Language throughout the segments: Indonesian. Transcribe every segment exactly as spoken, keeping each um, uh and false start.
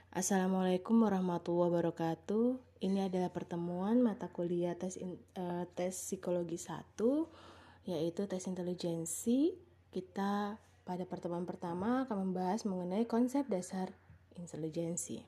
Assalamualaikum warahmatullahi wabarakatuh. Ini adalah pertemuan mata kuliah tes in, uh, tes psikologi satu, yaitu tes intelijensi. Kita pada pertemuan pertama akan membahas mengenai konsep dasar intelijensi.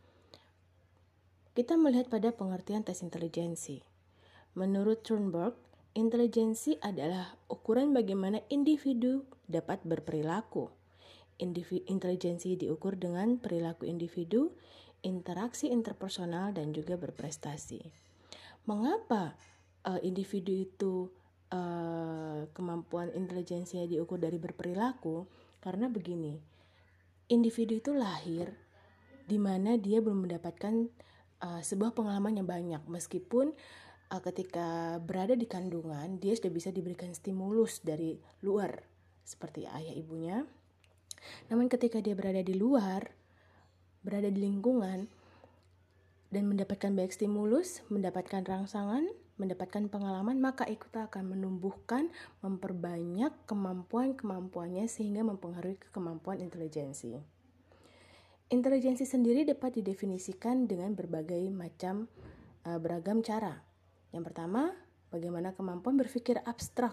Kita melihat pada pengertian tes intelijensi. Menurut Thunberg, intelijensi adalah ukuran bagaimana individu dapat berperilaku. Intelijensi diukur dengan perilaku individu, interaksi interpersonal, dan juga berprestasi. Mengapa uh, individu itu uh, kemampuan intelijensinya diukur dari berperilaku? Karena begini, individu itu lahir di mana dia belum mendapatkan uh, sebuah pengalaman yang banyak, meskipun uh, ketika berada di kandungan dia sudah bisa diberikan stimulus dari luar seperti ayah ibunya. Namun ketika dia berada di luar, berada di lingkungan, dan mendapatkan banyak stimulus, mendapatkan rangsangan, mendapatkan pengalaman, maka itu akan menumbuhkan, memperbanyak kemampuan-kemampuannya sehingga mempengaruhi kemampuan intelijensi. Intelijensi sendiri dapat didefinisikan dengan berbagai macam uh, beragam cara. Yang pertama, bagaimana kemampuan berpikir abstrak.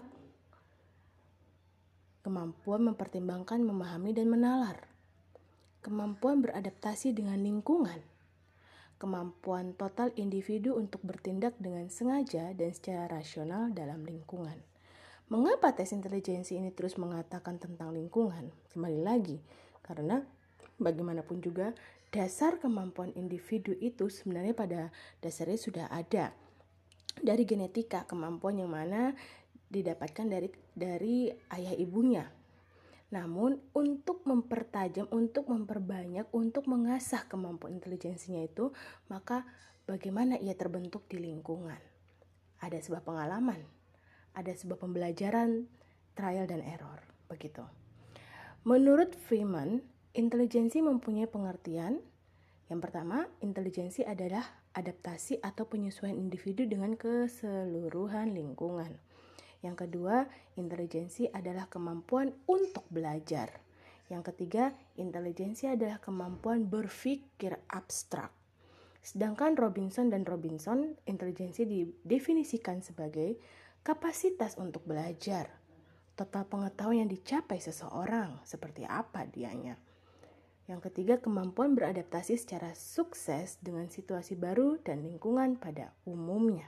Kemampuan mempertimbangkan, memahami, dan menalar. Kemampuan beradaptasi dengan lingkungan. Kemampuan total individu untuk bertindak dengan sengaja dan secara rasional dalam lingkungan. Mengapa tes intelijensi ini terus mengatakan tentang lingkungan? Kembali lagi, karena bagaimanapun juga dasar kemampuan individu itu sebenarnya pada dasarnya sudah ada dari genetika, kemampuan yang mana didapatkan dari dari ayah ibunya. Namun untuk mempertajam, untuk memperbanyak, untuk mengasah kemampuan intelijensinya itu, maka bagaimana ia terbentuk di lingkungan. Ada sebuah pengalaman, ada sebuah pembelajaran, trial dan error, begitu. Menurut Freeman, intelijensi mempunyai pengertian. Yang pertama, intelijensi adalah adaptasi atau penyesuaian individu dengan keseluruhan lingkungan. Yang kedua, intelijensi adalah kemampuan untuk belajar. Yang ketiga, intelijensi adalah kemampuan berpikir abstrak. Sedangkan Robinson dan Robinson, intelijensi didefinisikan sebagai kapasitas untuk belajar, total pengetahuan yang dicapai seseorang, seperti apa dianya. Yang ketiga, kemampuan beradaptasi secara sukses dengan situasi baru dan lingkungan pada umumnya.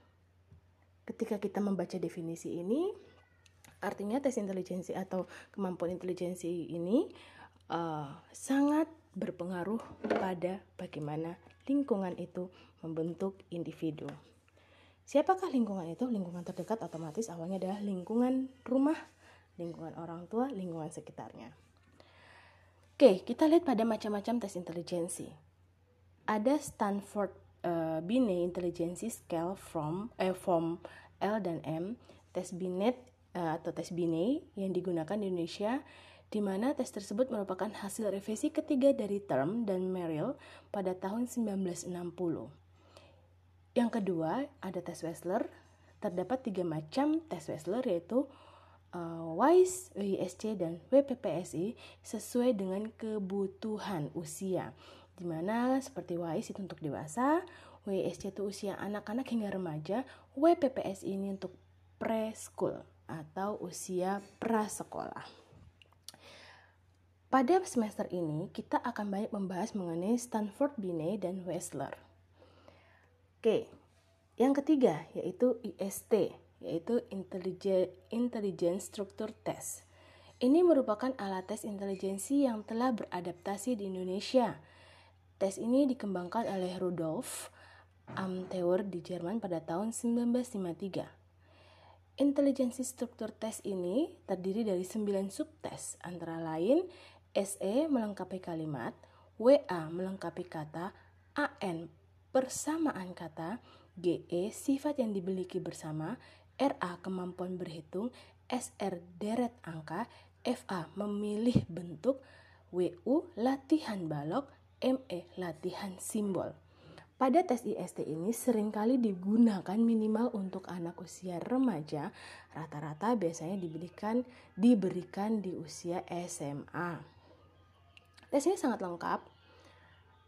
Ketika kita membaca definisi ini, artinya tes intelijensi atau kemampuan intelijensi ini uh, sangat berpengaruh pada bagaimana lingkungan itu membentuk individu. Siapakah lingkungan itu? Lingkungan terdekat otomatis awalnya adalah lingkungan rumah, lingkungan orang tua, lingkungan sekitarnya. Oke, kita lihat pada macam-macam tes intelijensi. Ada Stanford uh, Binet Intelligence Scale from eh, form L dan M, tes Binet uh, atau tes Binet yang digunakan di Indonesia, di mana tes tersebut merupakan hasil revisi ketiga dari Term dan Merrill pada tahun sembilan belas enam puluh. Yang kedua, ada tes Wechsler. Terdapat tiga macam tes Wechsler, yaitu uh, WISE, W I S C, dan W P P S I sesuai dengan kebutuhan usia. Di mana seperti WISE itu untuk dewasa, W I S C itu usia anak-anak hingga remaja, W P P S I ini untuk preschool atau usia prasekolah. Pada semester ini kita akan banyak membahas mengenai Stanford Binet dan Wechsler. Oke, yang ketiga yaitu I S T, yaitu Intelligence Structure Test. Ini merupakan alat tes intelijensi yang telah beradaptasi di Indonesia. Tes ini dikembangkan oleh Rudolf Amtheuer di Jerman pada tahun sembilan belas lima puluh tiga. Intelligence Structure Test ini terdiri dari sembilan subtes, antara lain S E melengkapi kalimat, W A melengkapi kata, A N persamaan kata, G E sifat yang dimiliki bersama, R A kemampuan berhitung, S R deret angka, F A memilih bentuk, W U latihan balok, M E latihan simbol. Pada tes I S T ini seringkali digunakan minimal untuk anak usia remaja, rata-rata biasanya diberikan diberikan di usia S M A. Tes ini sangat lengkap.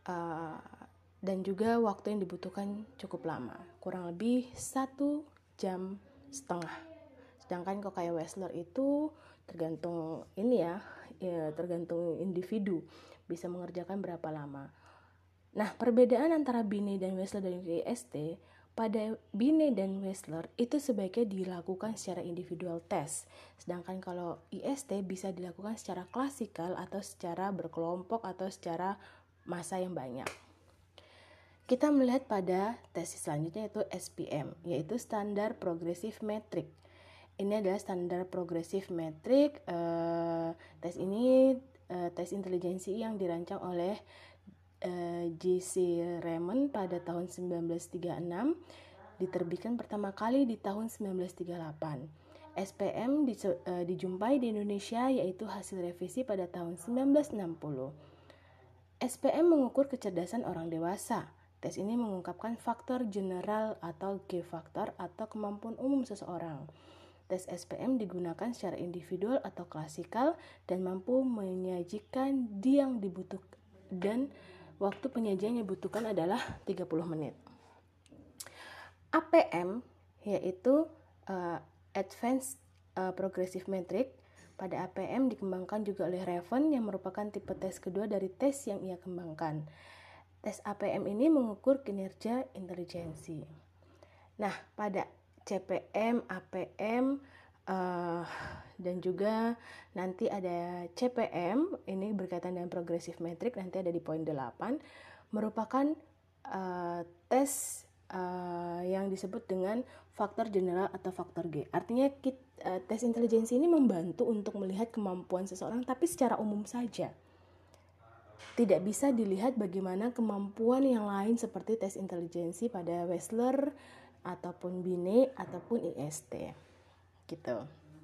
uh, dan juga waktu yang dibutuhkan cukup lama, kurang lebih satu jam setengah. Sedangkan kalau kayak Wechsler itu tergantung ini ya, ya tergantung individu bisa mengerjakan berapa lama. Nah, perbedaan antara Binet dan Wechsler dan I S T, pada Binet dan Wechsler itu sebaiknya dilakukan secara individual test. Sedangkan kalau I S T bisa dilakukan secara klasikal atau secara berkelompok atau secara masa yang banyak. Kita melihat pada tes selanjutnya yaitu S P M, yaitu Standar Progressive Metric. Ini adalah Standar Progressive Metric. Uh, tes ini uh, tes intelijensi yang dirancang oleh uh, J C Raymond pada tahun sembilan belas tiga puluh enam, diterbitkan pertama kali di tahun sembilan belas tiga puluh delapan. S P M di, uh, dijumpai di Indonesia yaitu hasil revisi pada tahun sembilan belas enam puluh. S P M mengukur kecerdasan orang dewasa. Tes ini mengungkapkan faktor general atau G faktor atau kemampuan umum seseorang. Tes S P M digunakan secara individual atau klasikal dan mampu menyajikan yang dibutuhkan, dan waktu penyajian yang dibutuhkan adalah tiga puluh menit. A P M yaitu uh, Advanced uh, Progressive Metric. Pada A P M dikembangkan juga oleh Raven yang merupakan tipe tes kedua dari tes yang ia kembangkan. Tes A P M ini mengukur kinerja intelijensi. Nah, pada C P M, A P M, uh, dan juga nanti ada C P M, ini berkaitan dengan Progressive Metric, nanti ada di poin delapan, merupakan uh, tes uh, yang disebut dengan faktor general atau faktor G. Artinya kita, uh, tes intelijensi ini membantu untuk melihat kemampuan seseorang tapi secara umum saja. Tidak bisa dilihat bagaimana kemampuan yang lain seperti tes intelijensi pada Wechsler ataupun Binet ataupun I S T. Gitu.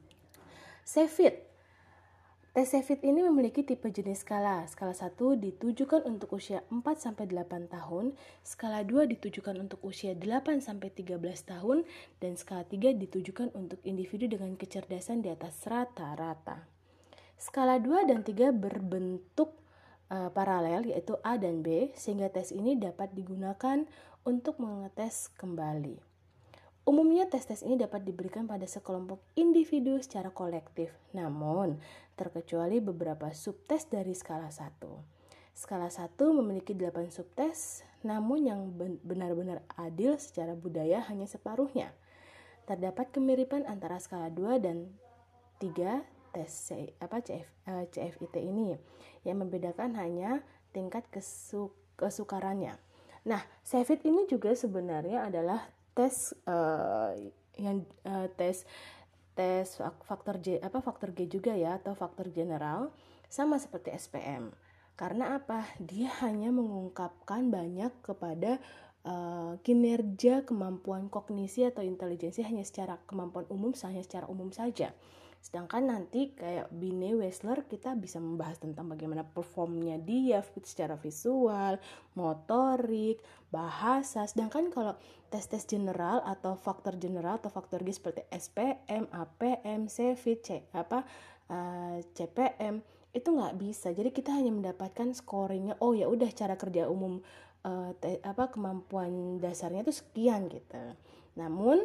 Sheffield. Tes Sheffield ini memiliki tipe jenis skala. Skala satu ditujukan untuk usia empat sampai delapan tahun, skala dua ditujukan untuk usia delapan sampai tiga belas tahun, dan skala tiga ditujukan untuk individu dengan kecerdasan di atas rata-rata. Skala dua dan tiga berbentuk uh, paralel yaitu A dan B, sehingga tes ini dapat digunakan untuk mengetes kembali. Umumnya tes-tes ini dapat diberikan pada sekelompok individu secara kolektif, namun terkecuali beberapa subtes dari skala satu. Skala satu memiliki delapan subtes, namun yang benar-benar adil secara budaya hanya separuhnya. Terdapat kemiripan antara skala dua dan tiga tes C, apa, C F, uh, C F I T ini, yang membedakan hanya tingkat kesuk, kesukarannya. Nah, Sheffield ini juga sebenarnya adalah tes uh, yang uh, tes tes faktor J apa faktor G juga ya, atau faktor general, sama seperti S P M. Karena apa? Dia hanya mengungkapkan banyak kepada uh, kinerja kemampuan kognisi atau intelijensi hanya secara kemampuan umum, hanya secara umum saja. Sedangkan nanti kayak Binet, Wechsler kita bisa membahas tentang bagaimana performnya dia secara visual, motorik, bahasa. Sedangkan kalau tes-tes general atau faktor general atau faktor G seperti S P M, A P M, Sheffield, C, apa, uh, C P M itu nggak bisa. Jadi kita hanya mendapatkan scoringnya. Oh ya udah cara kerja umum uh, te, apa kemampuan dasarnya itu sekian gitu. Namun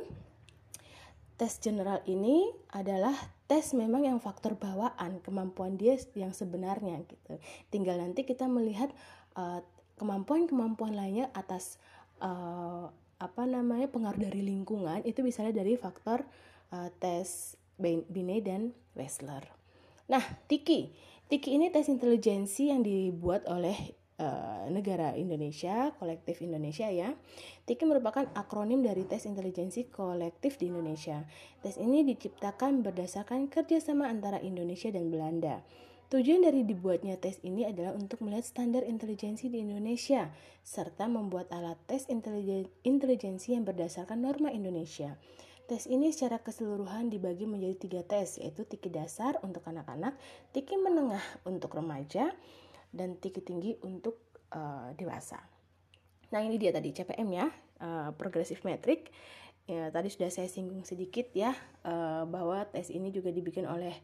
tes general ini adalah tes memang yang faktor bawaan, kemampuan dia yang sebenarnya gitu. Tinggal nanti kita melihat uh, kemampuan-kemampuan lainnya atas uh, apa namanya pengaruh dari lingkungan, itu bisa dari faktor uh, tes Binet dan Wechsler. Nah, T I K I. T I K I ini tes intelijensi yang dibuat oleh Uh, negara Indonesia, kolektif Indonesia ya. T I K I merupakan akronim dari tes intelijensi kolektif di Indonesia. Tes ini diciptakan berdasarkan kerjasama antara Indonesia dan Belanda. Tujuan dari dibuatnya tes ini adalah untuk melihat standar intelijensi di Indonesia, serta membuat alat tes intelijensi yang berdasarkan norma Indonesia. Tes ini secara keseluruhan dibagi menjadi tiga tes, yaitu T I K I dasar untuk anak-anak, T I K I menengah untuk remaja, dan T I K I tinggi untuk uh, dewasa. Nah, ini dia tadi C P M ya, uh, Progressive Metric. Ya, tadi sudah saya singgung sedikit ya, uh, bahwa tes ini juga dibikin oleh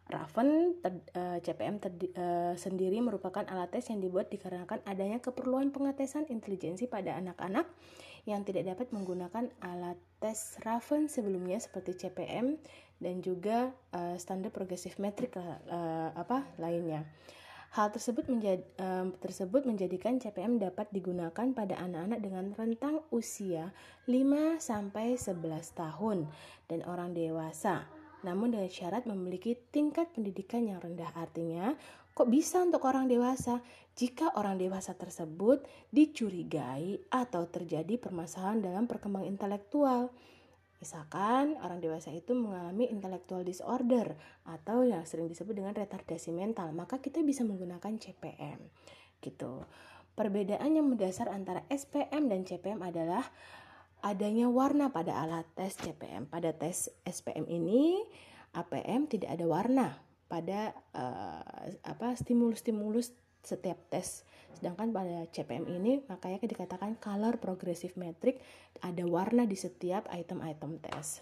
Raven ter, uh, C P M ter, uh, sendiri merupakan alat tes yang dibuat dikarenakan adanya keperluan pengetesan intelijensi pada anak-anak yang tidak dapat menggunakan alat tes Raven sebelumnya seperti C P M dan juga uh, standar progressive metric uh, apa lainnya. Hal tersebut, menjadi, um, tersebut menjadikan C P M dapat digunakan pada anak-anak dengan rentang usia lima sampai sebelas tahun dan orang dewasa, namun dengan syarat memiliki tingkat pendidikan yang rendah. Artinya, kok bisa untuk orang dewasa? Jika orang dewasa tersebut dicurigai atau terjadi permasalahan dalam perkembangan intelektual. Misalkan orang dewasa itu mengalami intellectual disorder atau yang sering disebut dengan retardasi mental, maka kita bisa menggunakan C P M gitu. Perbedaan yang mendasar antara S P M dan C P M adalah adanya warna pada alat tes C P M. Pada tes S P M ini A P M tidak ada warna pada uh, apa stimulus-stimulus setiap tes. Sedangkan pada C P M ini makanya dikatakan color progressive metric, ada warna di setiap item-item tes.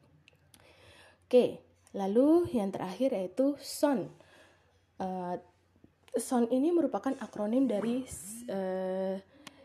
Oke, lalu yang terakhir yaitu S O N. Uh, S O N ini merupakan akronim dari uh,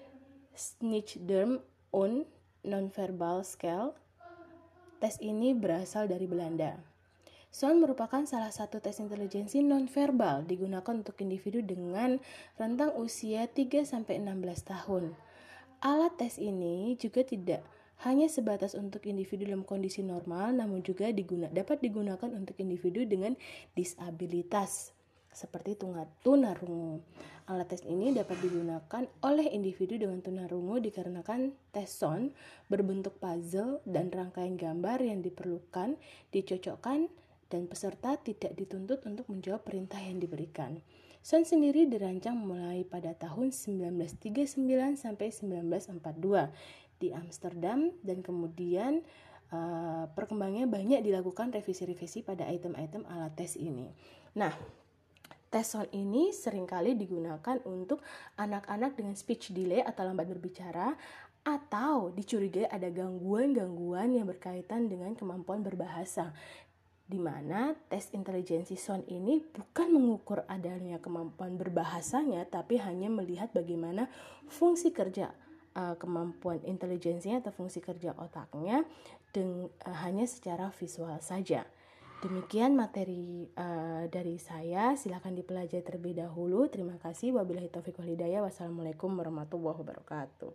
Snijderm on Nonverbal Scale. Tes ini berasal dari Belanda. S O N merupakan salah satu tes intelijensi nonverbal digunakan untuk individu dengan rentang usia tiga sampai enam belas tahun. Alat tes ini juga tidak hanya sebatas untuk individu dalam kondisi normal, namun juga diguna, dapat digunakan untuk individu dengan disabilitas seperti tunarungu. Alat tes ini dapat digunakan oleh individu dengan tunarungu dikarenakan tes S O N berbentuk puzzle dan rangkaian gambar yang diperlukan dicocokkan dan peserta tidak dituntut untuk menjawab perintah yang diberikan. S O N sendiri dirancang mulai pada tahun sembilan belas tiga puluh sembilan sampai sembilan belas empat puluh dua di Amsterdam, dan kemudian uh, perkembangannya banyak dilakukan revisi-revisi pada item-item alat tes ini. Nah, tes S O N ini seringkali digunakan untuk anak-anak dengan speech delay atau lambat berbicara, atau dicurigai ada gangguan-gangguan yang berkaitan dengan kemampuan berbahasa, di mana tes intelijensi S O N ini bukan mengukur adanya kemampuan berbahasanya, tapi hanya melihat bagaimana fungsi kerja uh, kemampuan intelijensinya atau fungsi kerja otaknya dengan, uh, hanya secara visual saja. Demikian materi uh, dari saya, silakan dipelajari terlebih dahulu. Terima kasih. Wabillahi taufiq wal hidayah. Wassalamualaikum warahmatullahi wabarakatuh.